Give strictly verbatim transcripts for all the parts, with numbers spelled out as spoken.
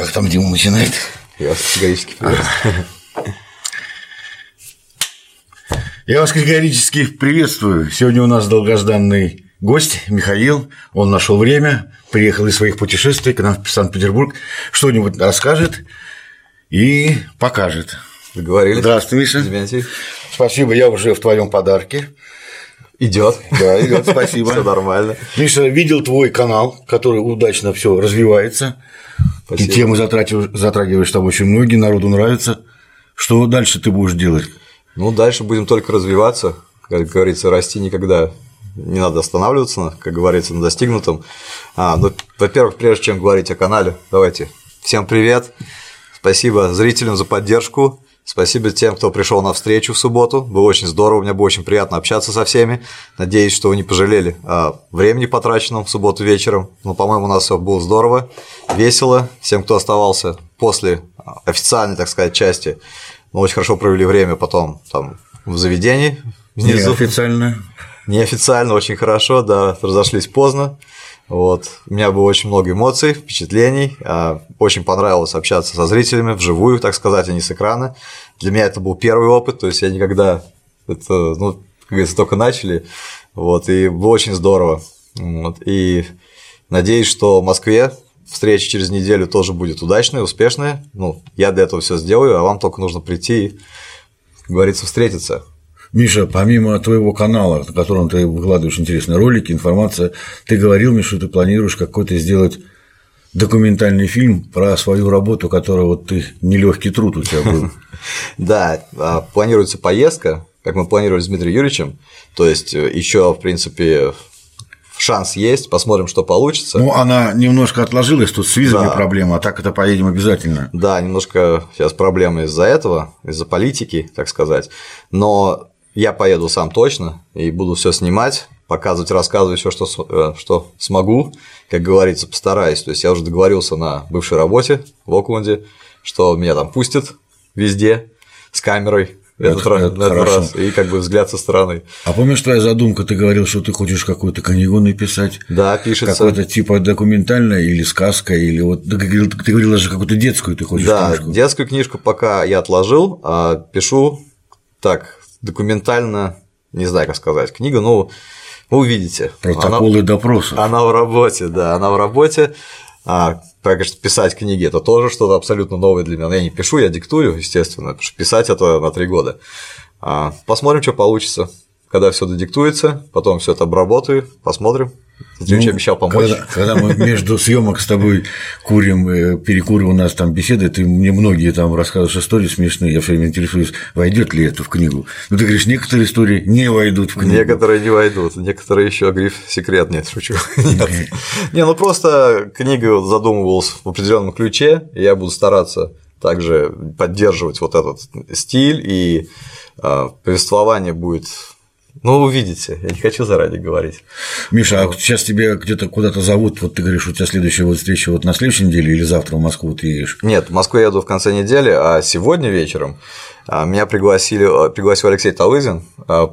Ох, там Дима начинает. Я вас категорически приветствую. Я вас категорически приветствую. Сегодня у нас долгожданный гость Михаил. Он нашел время, приехал из своих путешествий к нам в Санкт-Петербург, что-нибудь расскажет и покажет. Договорились. Здравствуй, Миша. Дементий. Спасибо, я уже в твоем подарке. Идет. Да, идет, спасибо. Все нормально. Миша, видел твой канал, который удачно все развивается. Спасибо. Ты темы затрагиваешь там очень многие, народу нравится. Что дальше ты будешь делать? Ну, дальше будем только развиваться. Как говорится, расти никогда не надо останавливаться, как говорится, на достигнутом. А, ну, во-первых, прежде чем говорить о канале, давайте. Всем привет. Спасибо зрителям за поддержку. Спасибо тем, кто пришел на встречу в субботу. Было очень здорово, мне было очень приятно общаться со всеми. Надеюсь, что вы не пожалели о времени, потраченном в субботу вечером. Но, по-моему, у нас все было здорово, весело. Всем, кто оставался после официальной, так сказать, части, мы очень хорошо провели время потом там в заведении внизу. Неофициально. Неофициально, очень хорошо, да, разошлись поздно. Вот. У меня было очень много эмоций, впечатлений. Очень понравилось общаться со зрителями вживую, так сказать, а не с экрана. Для меня это был первый опыт, то есть я никогда это, ну, как говорится, только начали. Вот, и было очень здорово. Вот, и надеюсь, что в Москве встреча через неделю тоже будет удачная, успешная. Ну, я для этого все сделаю, а вам только нужно прийти и, как говорится, встретиться. Миша, помимо твоего канала, на котором ты выкладываешь интересные ролики, информация, ты говорил мне, что ты планируешь какой-то сделать документальный фильм про свою работу, которая вот ты нелегкий труд у тебя был. Да, планируется поездка, как мы планировали с Дмитрием Юрьевичем, то есть еще, в принципе, шанс есть, посмотрим, что получится. Ну, она немножко отложилась, тут с визами да. проблема, а так это поедем обязательно. Да, немножко сейчас проблемы из-за этого, из-за политики, так сказать, но я поеду сам точно и буду все снимать, показывать, рассказывать все, что, что смогу, как говорится, постараюсь. То есть я уже договорился на бывшей работе в Окленде, что меня там пустят везде с камерой. Это, этот, это на этот раз, и как бы взгляд со стороны. А помнишь, твоя задумка, ты говорил, что ты хочешь какую-то книгу написать? Да, пишется. Какой-то типа документальная или сказка, или вот ты говорил, ты говорил даже какую-то детскую ты хочешь да, книжку. Да, детскую книжку пока я отложил, а пишу так документально, не знаю, как сказать, книга, ну, вы увидите. Протоколы допросов. Она в работе, да, она в работе. А, конечно, писать книги – это тоже что-то абсолютно новое для меня. Я не пишу, я диктую, естественно, потому что писать – это на три года. А, посмотрим, что получится. Когда все додиктуется, потом все это обработаю, посмотрим. Ты ну, обещал помочь. Когда, когда мы между съемок с тобой курим, перекуриваем, у нас там беседы, ты мне многие там рассказываешь истории смешные, я все время интересуюсь, войдет ли это в книгу. Ну, ты говоришь, некоторые истории не войдут в книгу. Некоторые не войдут, некоторые еще гриф секрет, нет, шучу. Нет. Не, ну просто книга задумывалась в определенном ключе, и я буду стараться также поддерживать вот этот стиль, и повествование будет. Ну, увидите, я не хочу заранее говорить. Миша, а сейчас тебя где-то куда-то зовут, вот ты говоришь, у тебя следующая вот встреча вот на следующей неделе или завтра в Москву ты едешь? Нет, в Москву я еду в конце недели, а сегодня вечером меня пригласили, пригласил Алексей Талызин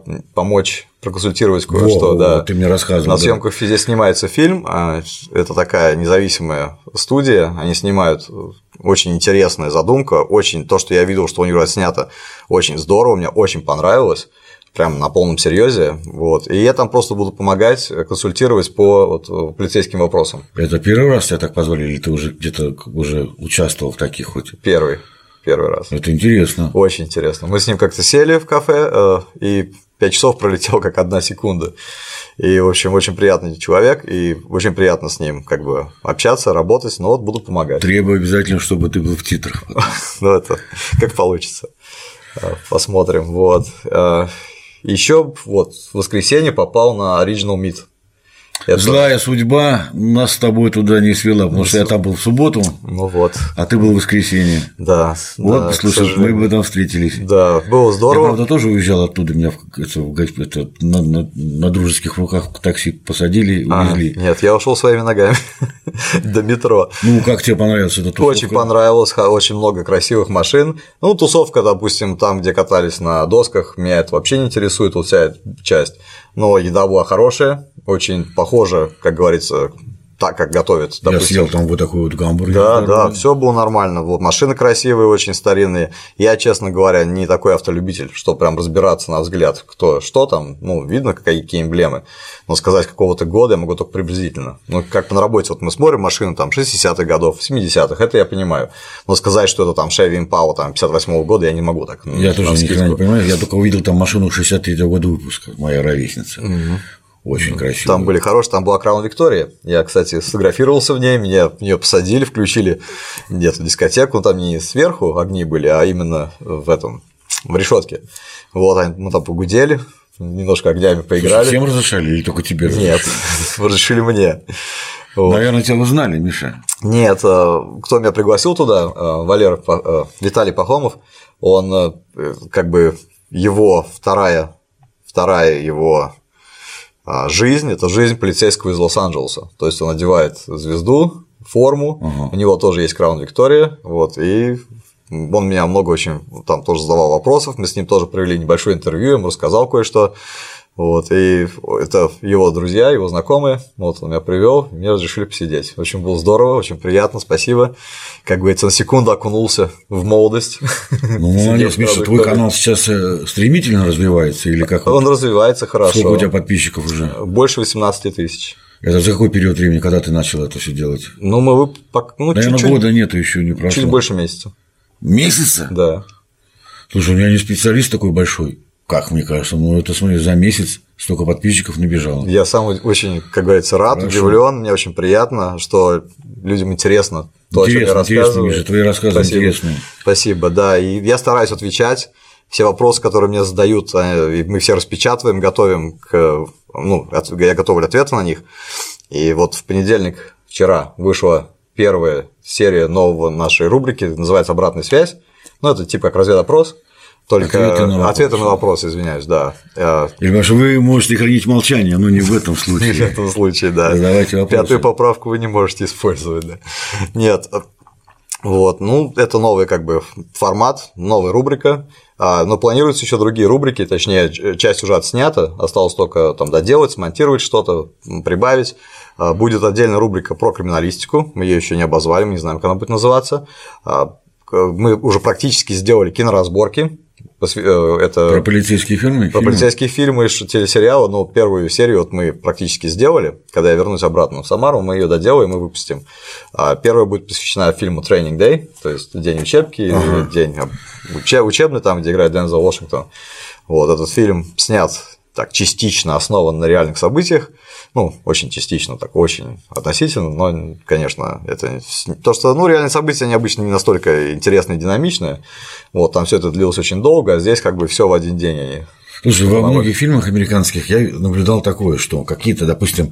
помочь проконсультировать кое-что. Во, да. Ты мне рассказывал. На съемках да. Везде снимается фильм, это такая независимая студия, они снимают очень интересная задумка, очень то, что я видел, что у него снято, очень здорово, мне очень понравилось. Прям на полном серьезе, вот. И я там просто буду помогать, консультировать по вот, полицейским вопросам. Это первый раз тебя так позвали, или ты уже где-то уже участвовал в таких хоть? Первый, первый раз. Это интересно. Очень интересно. Мы с ним как-то сели в кафе, и пять часов пролетел как одна секунда. И, в общем, очень приятный человек, и очень приятно с ним как бы общаться, работать, но вот буду помогать. Требую обязательно, чтобы ты был в титрах. Ну, это как получится. Посмотрим, вот. Еще вот в воскресенье попал на Original Meat. Это... Злая судьба нас с тобой туда не свела, потому что я там был в субботу, ну вот. А ты был в воскресенье. Да. Вот, да, слушай, мы бы там встретились. Да, было здорово. Я, правда, тоже уезжал оттуда, меня это, это, на, на, на дружеских руках в такси посадили, увезли. А, нет, я ушел своими ногами до метро. Ну, как тебе понравилась эта тусовка? Очень понравилось, очень много красивых машин. Ну, тусовка, допустим, там, где катались на досках, меня это вообще не интересует, вот вся эта часть. Но еда была хорошая, очень похожа, как говорится, так, как готовят. Я съел там вот такой вот гамбургер. Да, да, все было нормально. Вот машины красивые, очень старинные. Я, честно говоря, не такой автолюбитель, что прям разбираться на взгляд, кто что там, ну, видно, какие, какие эмблемы. Но сказать какого-то года я могу только приблизительно. Ну, как на работе, вот мы смотрим машины там шестидесятых годов, семидесятых, это я понимаю. Но сказать, что это там Chevy Impala там пятьдесят восьмого года, я не могу так. Я тоже никогда не понимаю. Я только увидел там машину шестьдесят третьего года выпуска, моя ровесница. Угу. Очень красиво. Там были хорошие, там была Краун Виктория. Я, кстати, сфотографировался в ней, меня в нее посадили, включили где-то дискотеку, там не сверху огни были, а именно в этом, в решетке. Вот, мы там погудели, немножко огнями поиграли. Слушай, всем разрешали или только тебе разрешили? Нет, разрешили мне. Вот. Наверное, тебя узнали, Миша. Нет, кто меня пригласил туда, Валера, Виталий Пахомов, он как бы его вторая, вторая его жизнь – это жизнь полицейского из Лос-Анджелеса. То есть он одевает звезду, форму, uh-huh. у него тоже есть Краун Виктория, вот, и он меня много очень там тоже задавал вопросов, мы с ним тоже провели небольшое интервью, ему рассказал кое-что. Вот, и это его друзья, его знакомые, вот он меня привел, мне разрешили посидеть. Очень было здорово, очень приятно, спасибо. Как говорится, на секунду окунулся в молодость. Ну, молодец, Миша, твой канал сейчас стремительно развивается или как? Он развивается хорошо. Сколько у тебя подписчиков уже? Больше восемнадцати тысяч. Это за какой период времени, когда ты начал это все делать? Ну, мы ну, наверное, чуть-чуть, года нету еще не прошло. Чуть больше месяца. Месяца? Да. Слушай, у меня не специалист такой большой. Как мне кажется, ну это, смотри, за месяц столько подписчиков набежало. Я сам очень, как говорится, рад, удивлен, мне очень приятно, что людям интересно то, интересно, о чем я рассказываю. Миша, твои рассказы Спасибо. Интересные. Спасибо, да, и я стараюсь отвечать. Все вопросы, которые мне задают, мы все распечатываем, готовим к, ну, я готовлю ответы на них. И вот в понедельник вчера вышла первая серия нового нашей рубрики, называется «Обратная связь». Ну, это типа как разведопрос. Только ответы на, ответы на вопросы, извиняюсь, да. Или что вы можете хранить молчание, но не в этом случае. Не в этом случае, да. Задавайте вопросы. Пятую поправку вы не можете использовать, да. Нет. Вот, ну, это новый как бы формат, новая рубрика, но планируются еще другие рубрики, точнее, часть уже отснята, осталось только там доделать, смонтировать что-то, прибавить. Будет отдельная рубрика про криминалистику, мы ее еще не обозвали, мы не знаем, как она будет называться. Мы уже практически сделали киноразборки. Это про полицейские фильмы? Про фильмы? полицейские фильмы и телесериалы, но первую серию вот мы практически сделали. Когда я вернусь обратно в Самару, мы ее доделаем и выпустим. Первая будет посвящена фильму Training Day, то есть день учебки, ага. день учебный, там, где играет Дензел Вашингтон. Вот этот фильм снят так частично основан на реальных событиях, ну, очень частично, так очень относительно, но, конечно, это то, что, ну, реальные события, они обычно не настолько интересные и динамичные, вот, там все это длилось очень долго, а здесь как бы все в один день они. Слушай, во многих фильмах американских я наблюдал такое, что какие-то, допустим,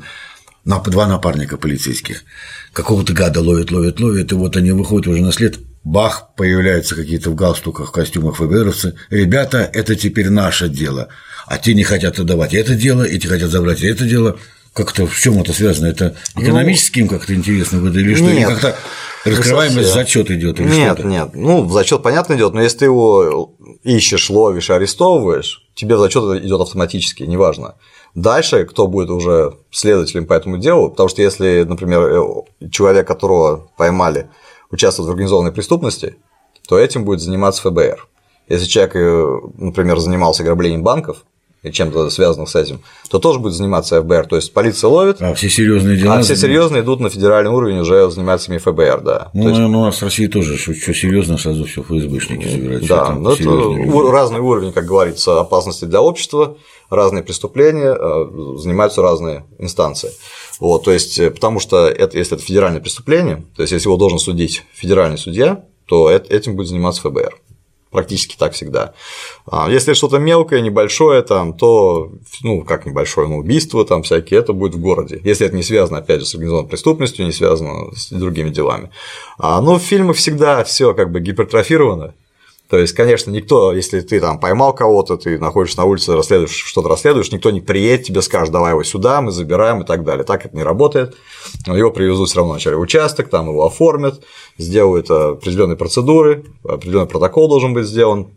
два напарника полицейских какого-то гада ловят, ловят, ловят, и вот они выходят уже на след, бах, появляются какие-то в галстуках, в костюмах ФБРовцы, ребята, это теперь наше дело, а те не хотят отдавать это дело, эти хотят забрать это дело. Как-то в чем это связано? Это экономическим как-то интересно выдали, или что? Или как-то раскрываемость зачет идет? Нет, что-то? Нет. Ну, зачет, понятно, идет, но если ты его ищешь, ловишь, арестовываешь, тебе зачет идет автоматически, неважно. Дальше кто будет уже следователем по этому делу, потому что если, например, человек, которого поймали, участвует в организованной преступности, то этим будет заниматься ФБР. Если человек, например, занимался ограблением банков, и чем-то связанных с этим, то тоже будет заниматься ФБР. То есть полиция ловит, а все серьезные дела, а все серьезные идут на федеральный уровень, уже занимается ими ФБР, да. Ну, есть... ну, у нас в России тоже, что, что серьезно, сразу все ФСБшники забирают. Да, ну, это разный уровень, как говорится, опасности для общества, разные преступления, занимаются разные инстанции. Вот, то есть, потому что это, если это федеральное преступление, то есть, если его должен судить федеральный судья, то этим будет заниматься ФБР. Практически так всегда. Если что-то мелкое, небольшое, там, то, ну, как небольшое, ну, убийство там всякие, это будет в городе. Если это не связано, опять же, с организованной преступностью, не связано с другими делами. Но в фильмах всегда все как бы гипертрофировано. То есть, конечно, никто, если ты там поймал кого-то, ты находишься на улице, расследуешь, что-то расследуешь, никто не приедет, тебе скажет, давай его сюда, мы забираем и так далее. Так это не работает. Его привезут все равно вначале в участок, там его оформят, сделают определенные процедуры, определенный протокол должен быть сделан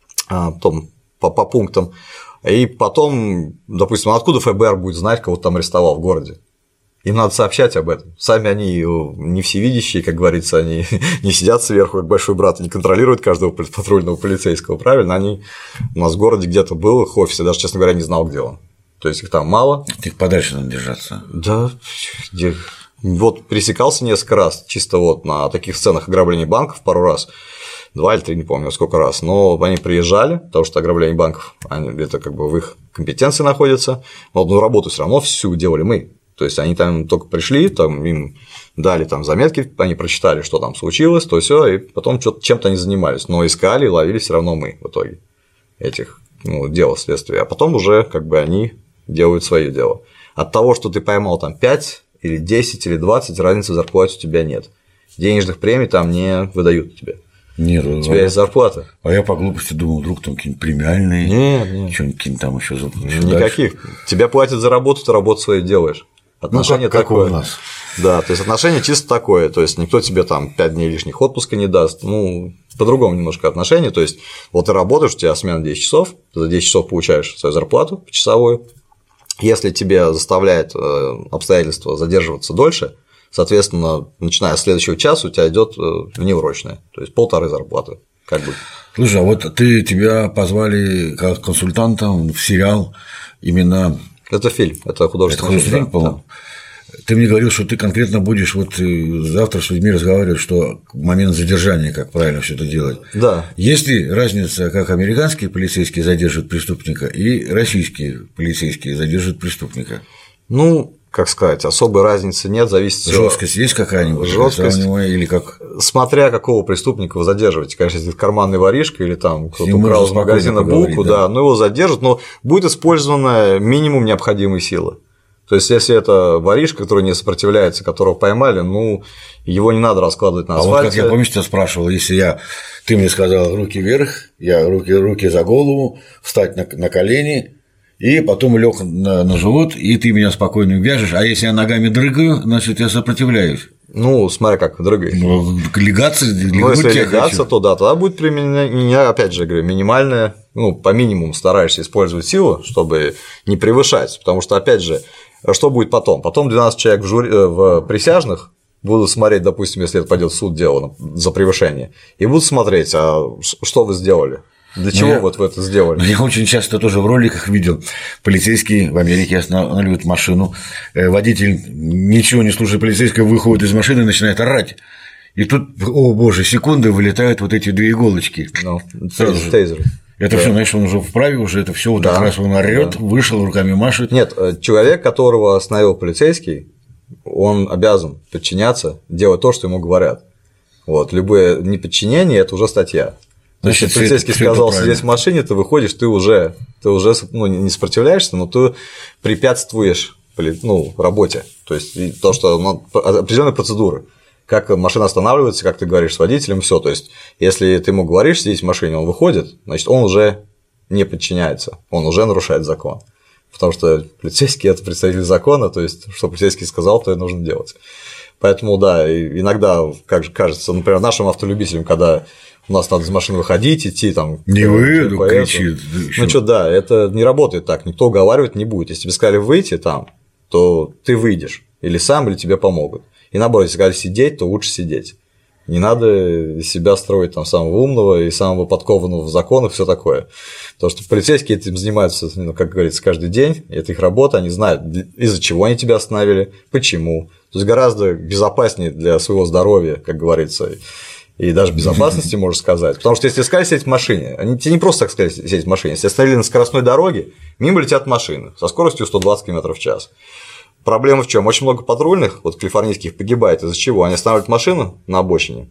потом, по, по пунктам. И потом, допустим, откуда ФБР будет знать, кого-то там арестовал в городе? Им надо сообщать об этом. Сами они не всевидящие, как говорится, они не сидят сверху, как большой брат, и не контролируют каждого патрульного полицейского, правильно? Они у нас в городе где-то был их офис, я даже, честно говоря, не знал, где он. То есть их там мало. Их подальше надо держаться. Да, где... Вот пересекался несколько раз, чисто вот на таких сценах ограбления банков пару раз, два или три, не помню сколько раз, но они приезжали, потому что ограбление банков, они, это как бы в их компетенции находится, но одну работу все равно всю делали мы. То есть они там только пришли, там им дали там заметки, они прочитали, что там случилось, то все, и потом чем-то они занимались, но искали и ловили все равно мы в итоге этих ну, дел следствия, а потом уже как бы они делают свое дело. От того, что ты поймал там пять или десять или двадцать, разницы в зарплате у тебя нет. Денежных премий там не выдают тебе. Нет, у тебя а есть зарплата. А я по глупости думал, вдруг там какие-нибудь премиальные, нет, нет. что-нибудь там еще. Никаких. Дальше. Тебя платят за работу, ты работу свою делаешь. Отношение ну, как, такое. Как у нас. Да, то есть отношение чисто такое. То есть никто тебе там пять дней лишних отпуска не даст. Ну, по-другому немножко отношение. То есть, вот ты работаешь, у тебя смена десять часов, ты за десять часов получаешь свою зарплату почасовую. Если тебе заставляет обстоятельства задерживаться дольше, соответственно, начиная с следующего часа у тебя идет внеурочная, то есть полторы зарплаты. Как бы. Слушай, а вот ты тебя позвали как консультантом в сериал именно. Это фильм, это художественный это фильм, фильм. Да. Ты мне говорил, что ты конкретно будешь вот завтра с людьми разговаривать, что в момент задержания, как правильно все это делать. Да. Есть ли разница, как американские полицейские задерживают преступника и российские полицейские задерживают преступника? Ну, как сказать, особой разницы нет, зависит от. Жесткость есть какая-нибудь? Жесткость. Или как? Смотря какого преступника вы задерживаете. Конечно, если это карманный воришка или там кто-то украл из магазина булку, да, но его задержат, но будет использована минимум необходимой силы. То есть, если это воришка, который не сопротивляется, которого поймали, ну, его не надо раскладывать на асфальте. А вот как я, помню, тебя спрашивал, если я, ты мне сказал руки вверх, я руки, руки за голову, встать на, на колени, и потом лег на, на живот, и ты меня спокойно вяжешь, а если я ногами дрыгаю, значит, я сопротивляюсь. Ну, смотря как дрыгаешь. Ну, легаться, ну, если легаться, хочу. то да, тогда будет применение, опять же, говорю, минимальное, ну, по минимуму стараешься использовать силу, чтобы не превышать, потому что, опять же, что будет потом? Потом двенадцать человек в, жюри, в присяжных будут смотреть, допустим, если это пойдет в суд дело за превышение, и будут смотреть, а что вы сделали. Для чего я, вот вы это сделали? Я очень часто тоже в роликах видел, полицейские в Америке останавливают машину, водитель, ничего не слушая полицейского, выходит из машины и начинает орать. И тут, о боже, секунды вылетают вот эти две иголочки. Ну, тейзеры. Это да. Все, знаешь, он уже вправе, уже это все вот да. Как раз он орёт, да. Вышел, руками машет. Нет, человек, которого остановил полицейский, он обязан подчиняться, делать то, что ему говорят. Вот, любое неподчинение – это уже статья. Значит, если полицейский сказал сидеть в машине, ты выходишь, ты уже, ты уже ну, не сопротивляешься, но ты препятствуешь ну, работе. То есть то, что ну, определенные процедуры. Как машина останавливается, как ты говоришь с водителем, все. То есть, если ты ему говоришь сидеть в машине, он выходит, значит, он уже не подчиняется, он уже нарушает закон. Потому что полицейский – это представитель закона, то есть, что полицейский сказал, то и нужно делать. Поэтому, да, иногда, как же кажется, например, нашим автолюбителям, когда у нас надо из машины выходить, идти там. Не выйду, кричит. Ну что, да, это не работает так, никто уговаривать не будет. Если тебе сказали выйти там, то ты выйдешь, или сам, или тебе помогут. И наоборот, если сказали сидеть, то лучше сидеть. Не надо из себя строить там самого умного и самого подкованного в законах, все такое. Потому что полицейские этим занимаются, ну, как говорится, каждый день, это их работа, они знают, из-за чего они тебя остановили, почему. То есть гораздо безопаснее для своего здоровья, как говорится, и даже безопасности, можно сказать. Потому что если сказали сидеть в машине, они тебе не просто так сказали сидеть в машине, если остановили на скоростной дороге, мимо летят машины со скоростью сто двадцать километров в час. Проблема в чем? Очень много патрульных, вот калифорнийских, погибает из-за чего? Они останавливают машину на обочине,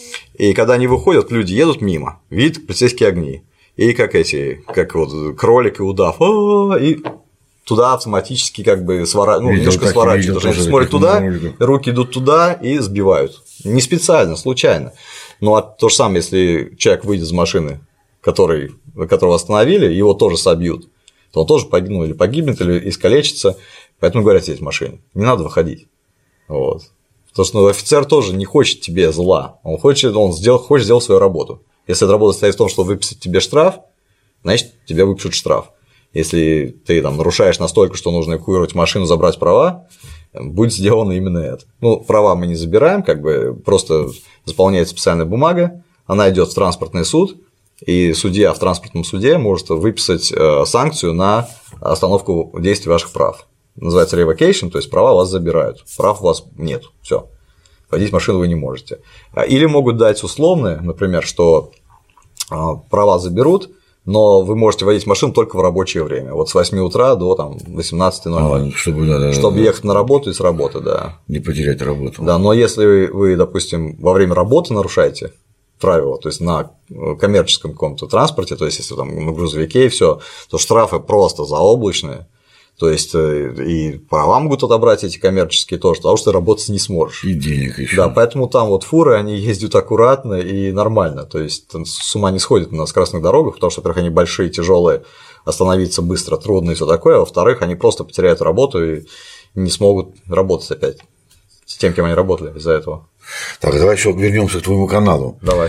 и когда они выходят, люди едут мимо, видят полицейские огни, и как эти, как вот кролик и удав, и туда автоматически как бы сворачивают, ну, немножко сворачивают, потому что они смотрят туда, руки идут туда и сбивают. Не специально, случайно. Ну, а то же самое, если человек выйдет из машины, который, которого остановили, его тоже собьют, то он тоже погибнет, ну, или погибнет, или искалечится. Поэтому говорят сидеть в машине. Не надо выходить. Вот. Потому что ну, офицер тоже не хочет тебе зла. Он хочет, он сделал, хочет сделать свою работу. Если эта работа состоит в том, что выписать тебе штраф, значит, тебе выпишут штраф. Если ты там нарушаешь настолько, что нужно эвакуировать машину, забрать права, будет сделано именно это. Ну, права мы не забираем, как бы просто заполняется специальная бумага, она идет в транспортный суд, и судья в транспортном суде может выписать санкцию на остановку действия ваших прав. Называется revocation, то есть права у вас забирают, прав у вас нет, все, водить машину вы не можете. Или могут дать условные, например, что права заберут, но вы можете водить машину только в рабочее время, вот с восьми утра до там, восемнадцати ноль ноль, а, чтобы, да, да, чтобы да, ехать на работу и с работы, да. Не потерять работу. Да, но если вы, вы, допустим, во время работы нарушаете правила, то есть на коммерческом каком-то транспорте, то есть если там на грузовике и все, то штрафы просто заоблачные. То есть и права могут отобрать эти коммерческие тоже, потому что ты работать не сможешь. И денег еще. Да, поэтому там вот фуры, они ездят аккуратно и нормально. То есть с ума не сходят на скоростных дорогах, потому что, во-первых, они большие, тяжелые, остановиться быстро трудно и все такое, а во-вторых, они просто потеряют работу и не смогут работать опять с тем, кем они работали из-за этого. Так, давай еще вернемся к твоему каналу. Давай.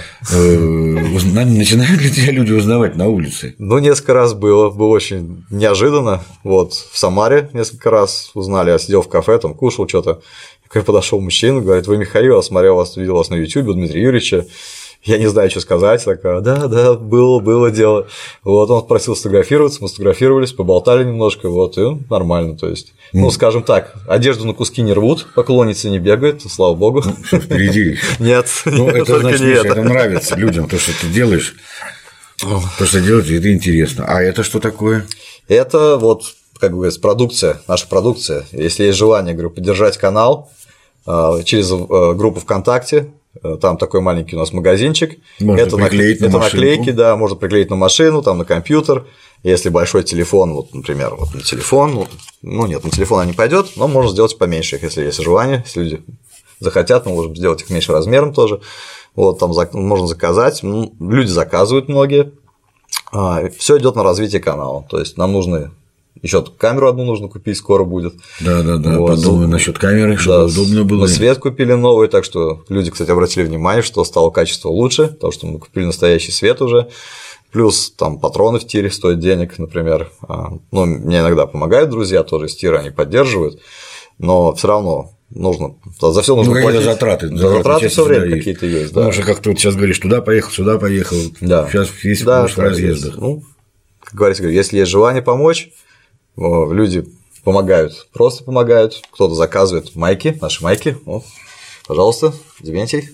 Начинают ли тебя люди узнавать на улице? Ну, несколько раз было, было очень неожиданно. Вот в Самаре несколько раз узнали, я сидел в кафе, там кушал что-то. Подошел мужчина, говорит: вы Михаил, я смотрел вас, видел вас на Ютубе, у Дмитрия Юрьевича. Я не знаю, что сказать. Такая: да, да, было, было дело. Вот он просил сфотографироваться, мы сфотографировались, поболтали немножко, вот, и нормально, то есть. Ну, скажем так, одежду на куски не рвут, поклонницы не бегают, слава богу. Что впереди? Нет, ну, это значит, не это. это нравится людям, то, что ты делаешь, то, что делаешь, это интересно. А это что такое? Это вот, как говорится, продукция, наша продукция. Если есть желание, говорю, поддержать канал через группу ВКонтакте, там такой маленький у нас магазинчик. Можно это приклеить на это машинку. наклейки, да, можно приклеить на машину, там, на компьютер. Если большой телефон, вот, например, вот на телефон, ну нет, на телефон не пойдет, но можно сделать поменьше их, если есть желание, если люди захотят, мы можем сделать их меньше размером тоже. Вот, там можно заказать, люди заказывают многие. Все идет на развитие канала. То есть нам нужны. Еще камеру одну нужно купить, скоро будет. Да, да, да. Вот. Подумаю насчет камеры, чтобы да, удобно было. Мы свет купили новый, так что люди, кстати, обратили внимание, что стало качество лучше, потому что мы купили настоящий свет уже. Плюс там патроны в тире стоят денег, например. Ну, мне иногда помогают друзья тоже из тира, они поддерживают, но все равно нужно. За все нужно ну, платить. Затраты. За затраты все время какие-то есть. Потому что как ты вот сейчас говоришь, туда поехал, сюда поехал. Да. Сейчас весь да, в разъездах. Ну, как говорится, если есть желание помочь, люди помогают, просто помогают, кто-то заказывает майки, наши майки, о, пожалуйста, Дементий.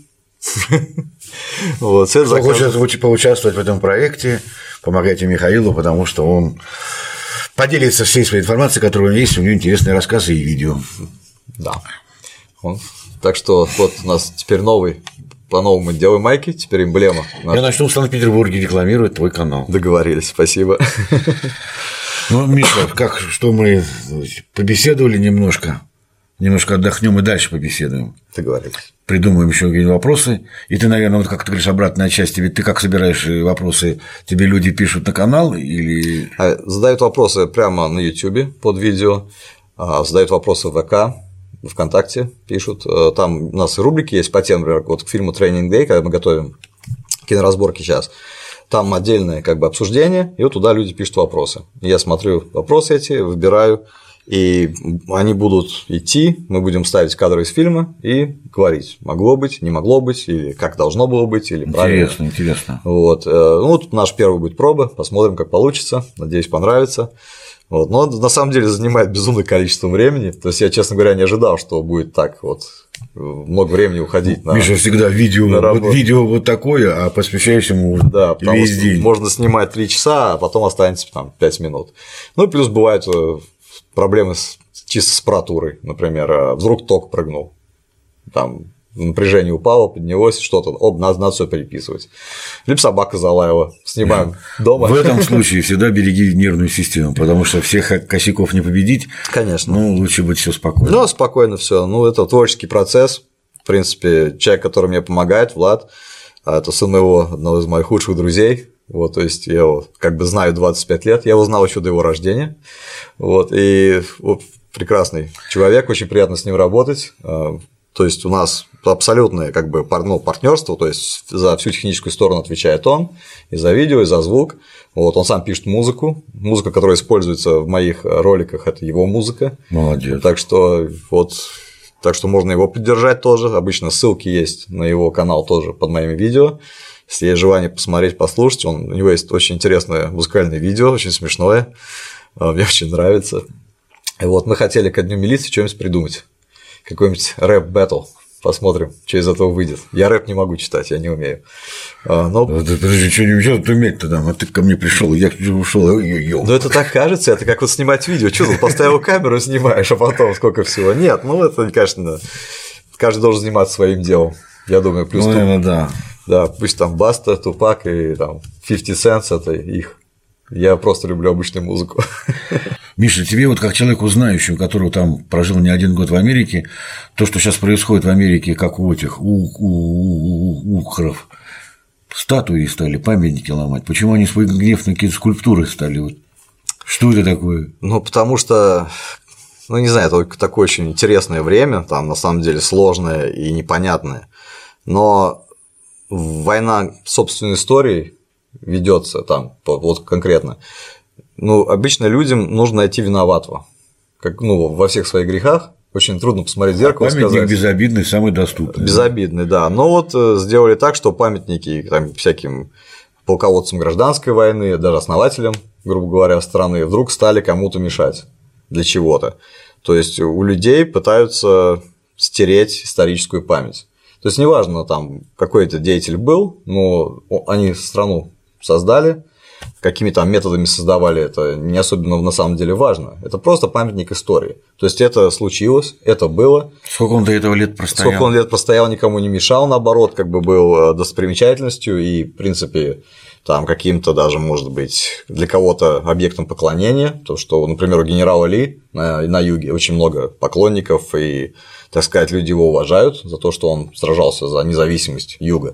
Вот, кто хочет поучаствовать в этом проекте, помогайте Михаилу, потому что он поделится всей своей информацией, которая у него есть, у него интересные рассказы и видео. Да. Так что вот у нас теперь новый, по-новому делаем майки, теперь эмблема. Я начну в Санкт-Петербурге рекламировать твой канал. Договорились, спасибо. Ну, Миша, как, что мы побеседовали немножко, немножко отдохнем и дальше побеседуем. Договорились. Придумаем еще какие-то вопросы. И ты, наверное, вот как ты говоришь, обратная часть, тебе, ты как собираешь вопросы, тебе люди пишут на канал или… Задают вопросы прямо на Ютубе под видео, задают вопросы в ВК, ВКонтакте пишут. Там у нас рубрики есть по тем, например, вот к фильму Training Day, когда мы готовим киноразборки сейчас. Там отдельное как бы обсуждение, и вот туда люди пишут вопросы. Я смотрю вопросы эти, выбираю, и они будут идти, мы будем ставить кадры из фильма и говорить, могло быть, не могло быть, или как должно было быть, или правильно. Интересно, интересно. Вот. Ну, вот наш первый будет проба, посмотрим, как получится, надеюсь, понравится. Вот. Но на самом деле занимает безумное количество времени. То есть я, честно говоря, не ожидал, что будет так вот много времени уходить на Миша всегда видео, на вот видео вот такое, а посвящаешь ему да, весь день. Можно снимать три часа, а потом останется там пять минут. Ну и плюс бывают проблемы с, чисто с аппаратурой. Например, вдруг ток прыгнул. Там напряжение упало, поднялось, что-то, об, надо, надо все переписывать. Либо собака залаяла, снимаем дома. В этом случае всегда береги нервную систему, потому что всех косяков не победить. Конечно. Ну, лучше быть все спокойно. Ну, спокойно все. Ну, это творческий процесс. В принципе, человек, который мне помогает, Влад, это сын моего, одного из моих худших друзей. Вот, то есть я его как бы знаю двадцать пять лет, я его знал еще до его рождения. Вот, и вот, прекрасный человек, очень приятно с ним работать. То есть у нас абсолютное как бы ну, партнерство, то есть за всю техническую сторону отвечает он, и за видео, и за звук. Вот, он сам пишет музыку. Музыка, которая используется в моих роликах, это его музыка. Молодец. Так что вот. Так что можно его поддержать тоже. Обычно ссылки есть на его канал тоже под моими видео. Если есть желание посмотреть, послушать, он, у него есть очень интересное музыкальное видео, очень смешное. Мне очень нравится. И вот мы хотели ко Дню милиции что-нибудь придумать. Какой-нибудь рэп-баттл. Посмотрим, что из этого выйдет. Я рэп не могу читать, я не умею. Но... Подожди, что не умеешь уметь тогда? А ты ко мне пришел, я ушел. Ну, это так кажется, это как вот снимать видео. Что ты поставил камеру, снимаешь, а потом сколько всего. Нет, ну это, конечно, каждый должен заниматься своим делом. Я думаю, плюс. Ну, наверное, да. Да, пусть там Баста, Тупак и там пятьдесят Cent это их. Я просто люблю обычную музыку. Миша, тебе вот как человеку знающему, который там прожил не один год в Америке, то, что сейчас происходит в Америке, как у этих у, у, у, ухров, статуи стали, памятники ломать. Почему они свой гнев на какие-то скульптуры стали? Вот. Что это такое? Ну, потому что, ну, не знаю, это такое очень интересное время, там на самом деле сложное и непонятное. Но война собственной историей ведется там, вот конкретно. Ну, обычно людям нужно найти виноватого. Как, ну, во всех своих грехах очень трудно посмотреть в зеркало и сказать. Памятник безобидный, самый доступный. Безобидный, да. Но вот сделали так, что памятники там, всяким полководцам гражданской войны, даже основателям, грубо говоря, страны, вдруг стали кому-то мешать для чего-то. То есть у людей пытаются стереть историческую память. То есть неважно, там, какой это деятель был, но они страну создали, какими там методами создавали, это не особенно на самом деле важно. Это просто памятник истории. То есть это случилось, это было. Сколько он до этого лет простоял? Сколько он лет простоял, никому не мешал, наоборот, как бы был достопримечательностью и, в принципе, там каким-то даже, может быть, для кого-то объектом поклонения. То, что, например, у генерала Ли на, на юге очень много поклонников, и, так сказать, люди его уважают за то, что он сражался за независимость юга.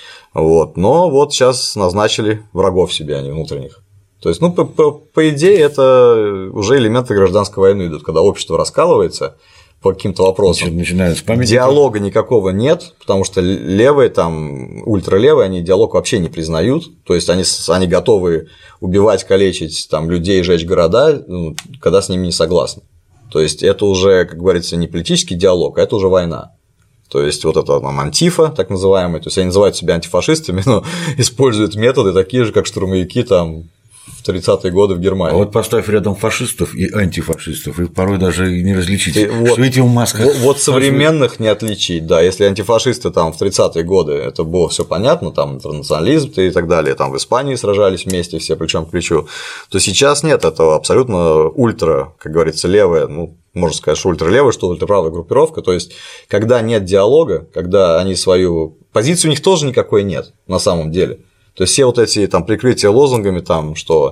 Вот. Но вот сейчас назначили врагов себе, а не внутренних. То есть, ну, по, по, по идее, это уже элементы гражданской войны идут, когда общество раскалывается по каким-то вопросам. Начинают с памятника. Диалога никакого нет, потому что левые, там, ультралевые, они диалог вообще не признают. То есть они, они готовы убивать, калечить там, людей, жечь города, ну, когда с ними не согласны. То есть это уже, как говорится, не политический диалог, а это уже война. То есть вот это там антифа, так называемый, то есть они называют себя антифашистами, но используют методы такие же, как штурмовики там в тридцатые годы в Германии. А вот поставь рядом фашистов и антифашистов, их порой даже не различить. И вот, что эти в масках. Вот, вот современных не отличить, да. Если антифашисты там в тридцатые годы, это было все понятно, там интернационализм и так далее, там в Испании сражались вместе все плечом к плечу, то сейчас нет этого абсолютно ультра, как говорится, левое, ну, можно сказать, что ультралевая, что ультраправая группировка. То есть, когда нет диалога, когда они свою позицию у них тоже никакой нет на самом деле. То есть все вот эти там прикрытия лозунгами, там, что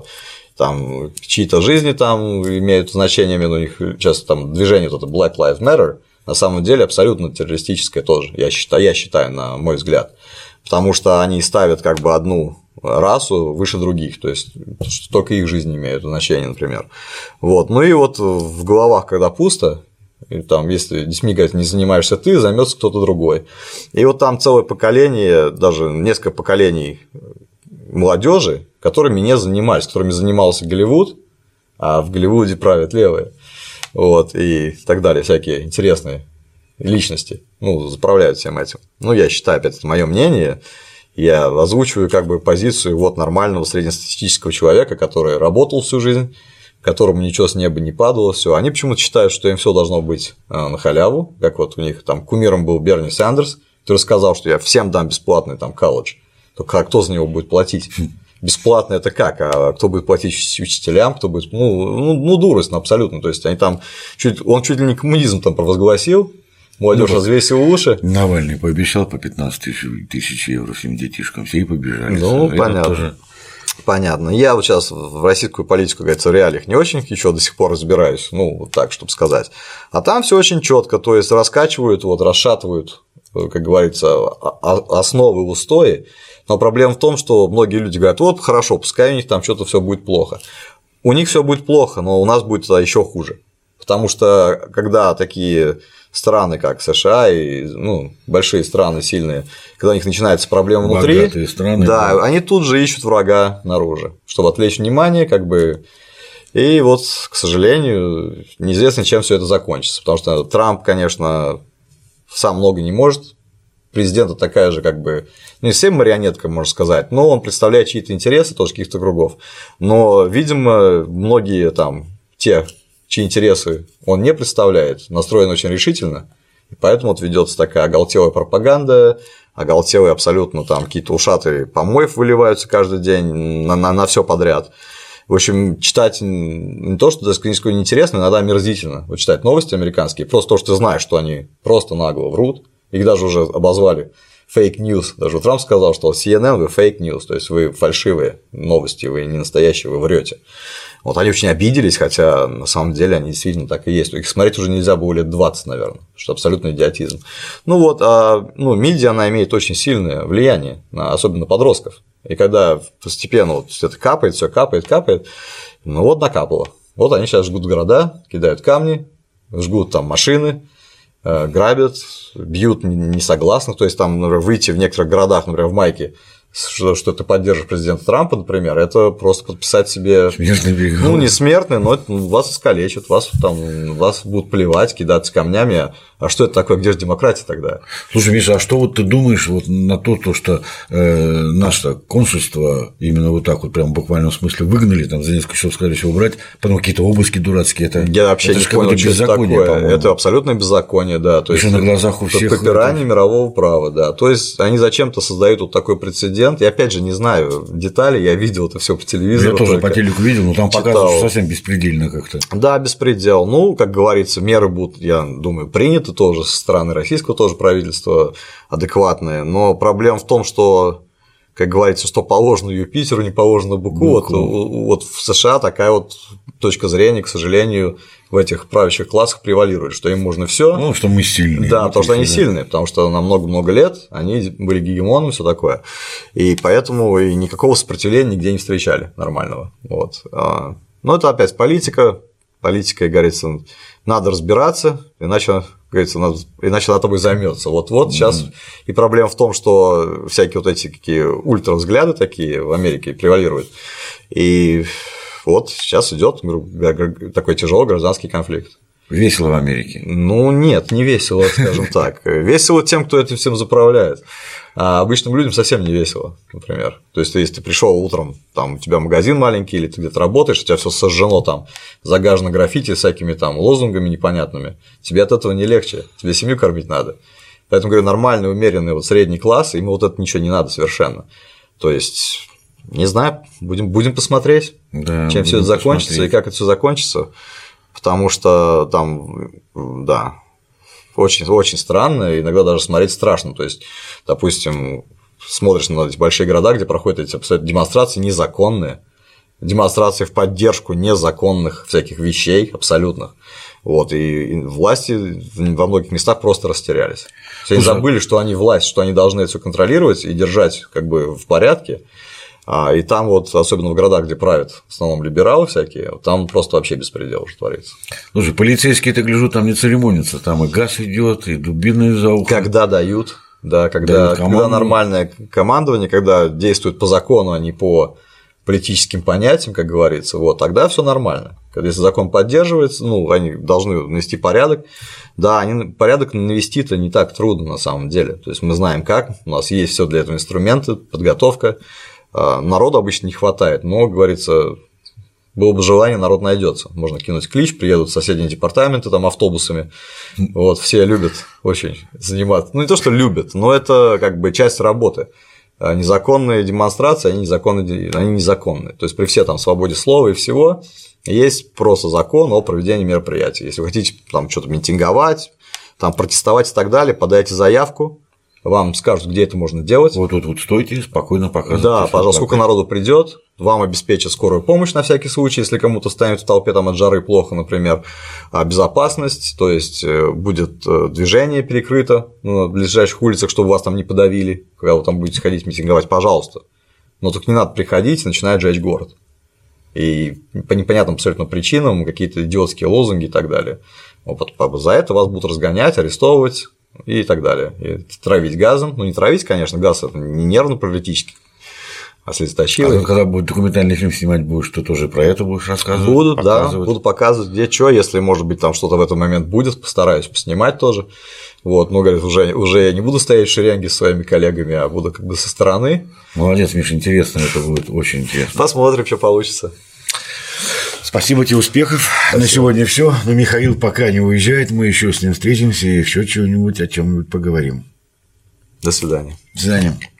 там чьи-то жизни там имеют значение, у них часто там движение вот это Black Lives Matter, на самом деле абсолютно террористическое тоже, я считаю, я считаю, на мой взгляд, потому что они ставят как бы одну расу выше других, то есть что только их жизни имеют значение, например. Вот. Ну и вот в головах, когда пусто, и там, если детьми, говорят, не занимаешься ты, займется кто-то другой. И вот там целое поколение, даже несколько поколений молодежи, которыми не занимались, которыми занимался Голливуд, а в Голливуде правят левые, вот, и так далее, всякие интересные личности, ну, заправляют всем этим. Ну, я считаю, опять, это мое мнение. Я озвучиваю как бы позицию вот нормального среднестатистического человека, который работал всю жизнь, которому ничего с неба не падало, все. Они почему-то считают, что им все должно быть на халяву, как вот у них там кумиром был Берни Сандерс, который сказал, что я всем дам бесплатный там колледж. Только кто за него будет платить? Бесплатно это как? А кто будет платить учителям? Кто будет? Ну, ну, ну дурость, ну, абсолютно. То есть они там чуть, он чуть ли не коммунизм там провозгласил. Молодежь ну, развесила уши. Навальный пообещал по пятнадцать тысяч евро всем детишкам, все и побежали. Ну, это понятно. Тоже... Понятно. Я вот сейчас в российскую политику, говорится, в реалиях не очень еще до сих пор разбираюсь, ну, вот так, чтобы сказать. А там все очень четко, то есть раскачивают, вот, расшатывают, как говорится, основы, устои. Но проблема в том, что многие люди говорят, вот хорошо, пускай у них там что-то все будет плохо. У них все будет плохо, но у нас будет еще хуже. Потому что когда такие страны, как США и ну, большие страны сильные, когда у них начинаются проблемы внутри, страны, да, да, они тут же ищут врага наружу, чтобы отвлечь внимание, как бы. И вот, к сожалению, неизвестно, чем все это закончится. Потому что Трамп, конечно, сам много не может. Президента такая же, как бы, ну, не всем марионетка, можно сказать, но он представляет чьи-то интересы, тоже каких-то кругов. Но, видимо, многие там, те, чьи интересы он не представляет, настроены очень решительно, и поэтому вот ведется такая оголтелая пропаганда, оголтелые абсолютно там какие-то ушатые помоев выливаются каждый день на, на, на все подряд. В общем, читать не то, что даже книжку неинтересно, иногда омерзительно. Вот читать новости американские, просто то, что ты знаешь, что они просто нагло врут, их даже уже обозвали fake news. Даже Трамп сказал, что си эн эн вы fake news, то есть вы фальшивые новости, вы не настоящие, вы врете. Вот они очень обиделись, хотя на самом деле они действительно так и есть. Их смотреть уже нельзя было лет двадцать, наверное, что абсолютно идиотизм. Ну вот, а ну, медиа, она имеет очень сильное влияние, на, особенно на подростков. И когда постепенно вот это капает, все капает, капает, ну вот накапало. Вот они сейчас жгут города, кидают камни, жгут там машины, грабят, бьют несогласных. То есть там, например, выйти в некоторых городах, например, в майке, что, что ты поддерживаешь президента Трампа, например, это просто подписать себе, ну, не смертный, но это, ну, вас искалечат, вас, там, вас будут плевать, кидаться камнями. А что это такое, где же демократия тогда? Слушай, Миша, а что вот ты думаешь вот на то, то что э, наше консульство именно вот так вот прям в буквальном смысле выгнали, там за несколько часов сказали все убрать, потом какие-то обыски дурацкие, это, я вообще это не понял, что это такое, по-моему. Это абсолютно беззаконие, да, то еще есть на глазах у всех попирание это... мирового права, да, то есть они зачем-то создают вот такой прецедент, я опять же не знаю деталей, я видел это все по телевизору, я тоже по телеку видел, но там показывают, что совсем беспредельно как-то. Да, беспредел, ну, как говорится, меры будут, я думаю, приняты тоже со стороны российского тоже правительства адекватные, но проблема в том, что, как говорится, что положено Юпитеру, не положено Быку, вот, вот в США такая вот точка зрения, к сожалению, в этих правящих классах превалирует, что им можно все. Ну, что мы сильные. Да, потому что они сильные, потому что на много-много лет они были гегемоном, все такое. И поэтому и никакого сопротивления нигде не встречали нормального. Вот. Но это опять политика. Политика, как говорится, надо разбираться, иначе, говорится, надо, иначе она тобой займется. Вот-вот сейчас mm-hmm. и проблема в том, что всякие вот эти какие ультравзгляды такие в Америке превалируют. И вот сейчас идет такой тяжелый гражданский конфликт. Весело в Америке? Ну, нет, не весело, скажем так. Весело тем, кто этим всем заправляет. А обычным людям совсем не весело, например. То есть, если ты пришел утром, там у тебя магазин маленький, или ты где-то работаешь, у тебя все сожжено там, загажено граффити всякими там лозунгами непонятными, тебе от этого не легче, тебе семью кормить надо. Поэтому, говорю, нормальный, умеренный вот средний класс, ему вот это ничего не надо совершенно. То есть, не знаю, будем, будем посмотреть, да, чем все это закончится посмотреть. И как это все закончится. Потому что там, да, очень, очень странно, иногда даже смотреть страшно. То есть, допустим, смотришь на эти большие города, где проходят эти абсолютно демонстрации незаконные, демонстрации в поддержку незаконных всяких вещей абсолютных. Вот, и власти во многих местах просто растерялись. Все они забыли, что они власть, что они должны это все контролировать и держать как бы в порядке. И там вот, особенно в городах, где правят в основном либералы всякие, там просто вообще беспредел уже творится. Слушай, полицейские-то, гляжу, там не церемонятся, там и газ идет, и дубины за ухо. Когда дают, да, когда, когда нормальное командование, когда действует по закону, а не по политическим понятиям, как говорится, вот, тогда все нормально. Когда если закон поддерживается, ну, они должны навести порядок. Да, они порядок навести-то не так трудно на самом деле. То есть мы знаем как, у нас есть все для этого инструменты, подготовка. Народу обычно не хватает, но, говорится, было бы желание, народ найдется. Можно кинуть клич, приедут соседние департаменты там автобусами. Вот, все любят очень заниматься. Ну, не то, что любят, но это как бы часть работы. Незаконные демонстрации, они незаконные, они незаконные. То есть при всей там свободе слова и всего есть просто закон о проведении мероприятий. Если вы хотите там что-то митинговать, там протестовать и так далее, подайте заявку. Вам скажут, где это можно делать. Вот тут вот стойте, спокойно показывайте. Да, пожалуйста, сколько народу придет, вам обеспечат скорую помощь на всякий случай, если кому-то станет в толпе там от жары плохо, например, безопасность, то есть будет движение перекрыто на ближайших улицах, чтобы вас там не подавили, когда вы там будете ходить митинговать, пожалуйста. Но только не надо приходить и начинать жечь город. и по непонятным абсолютно причинам какие-то идиотские лозунги и так далее. Вот за это вас будут разгонять, арестовывать и так далее. И травить газом. Ну, не травить, конечно, газ – это не нервно-паралитический, а слезоточивый. А когда будет документальный фильм снимать будешь, то тоже про это будешь рассказывать? Будут, да, буду показывать, где что, если, может быть, там что-то в этот момент будет, постараюсь поснимать тоже. Вот, но, говорит, уже, уже я не буду стоять в шеренге с своими коллегами, а буду как бы со стороны. Молодец, Миша, интересно, это будет очень интересно. Посмотрим, что получится. Спасибо тебе, успехов. Спасибо. На сегодня все. Но Михаил пока не уезжает, мы еще с ним встретимся и еще чего-нибудь о чем-нибудь поговорим. До свидания. До свидания.